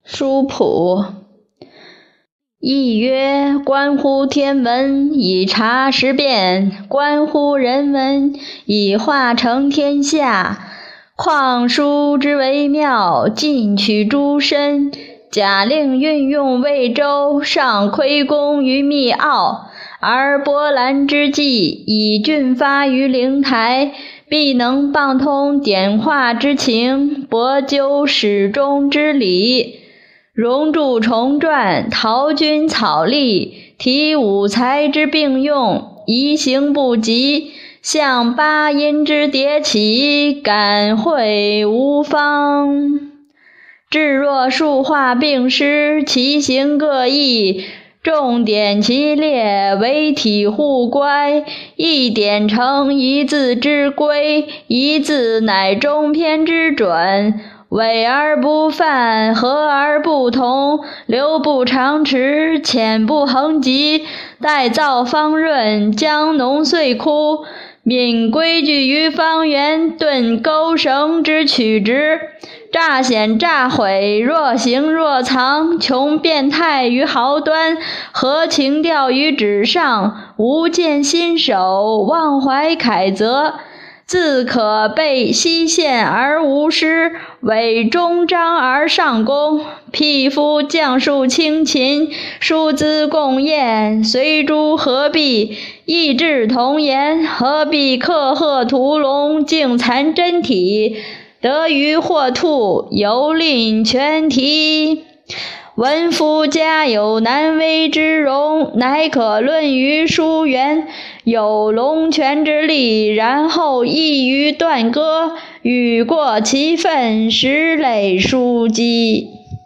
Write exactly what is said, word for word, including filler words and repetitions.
书谱。亦曰：关乎天文，以察时变；关乎人文，以化成天下。况书之微妙，尽取诸身。假令运用魏周，上窥功于密奥。而波澜之际，以俊发于灵台，必能傍通点化之情，博究始终之理。熔铸重篆，陶君草隶，体五才之并用，移形不及，象八音之迭起，感会无方。至若数画并施，其形各异，重点其列，为体互乖，一点成一字之规，一字乃中篇之准。伪而不犯，和而不同，流不长迟，浅不横急，待造方润，将浓遂枯。泯规矩于方圆，顿钩绳之曲直，乍显乍毁，若行若藏，穷变态于毫端，合情调于纸上，无见新手，忘怀楷则。自可备西线而无失，伪中章而上功。匹夫将术轻秦，疏资共宴，随诸何必？意志同言，何必刻鹤屠龙，竞残真体？得鱼或兔，犹吝全题。文夫家有难为之容，乃可论于书源，有龙泉之力，然后易于断割，语过其分，实累书籍。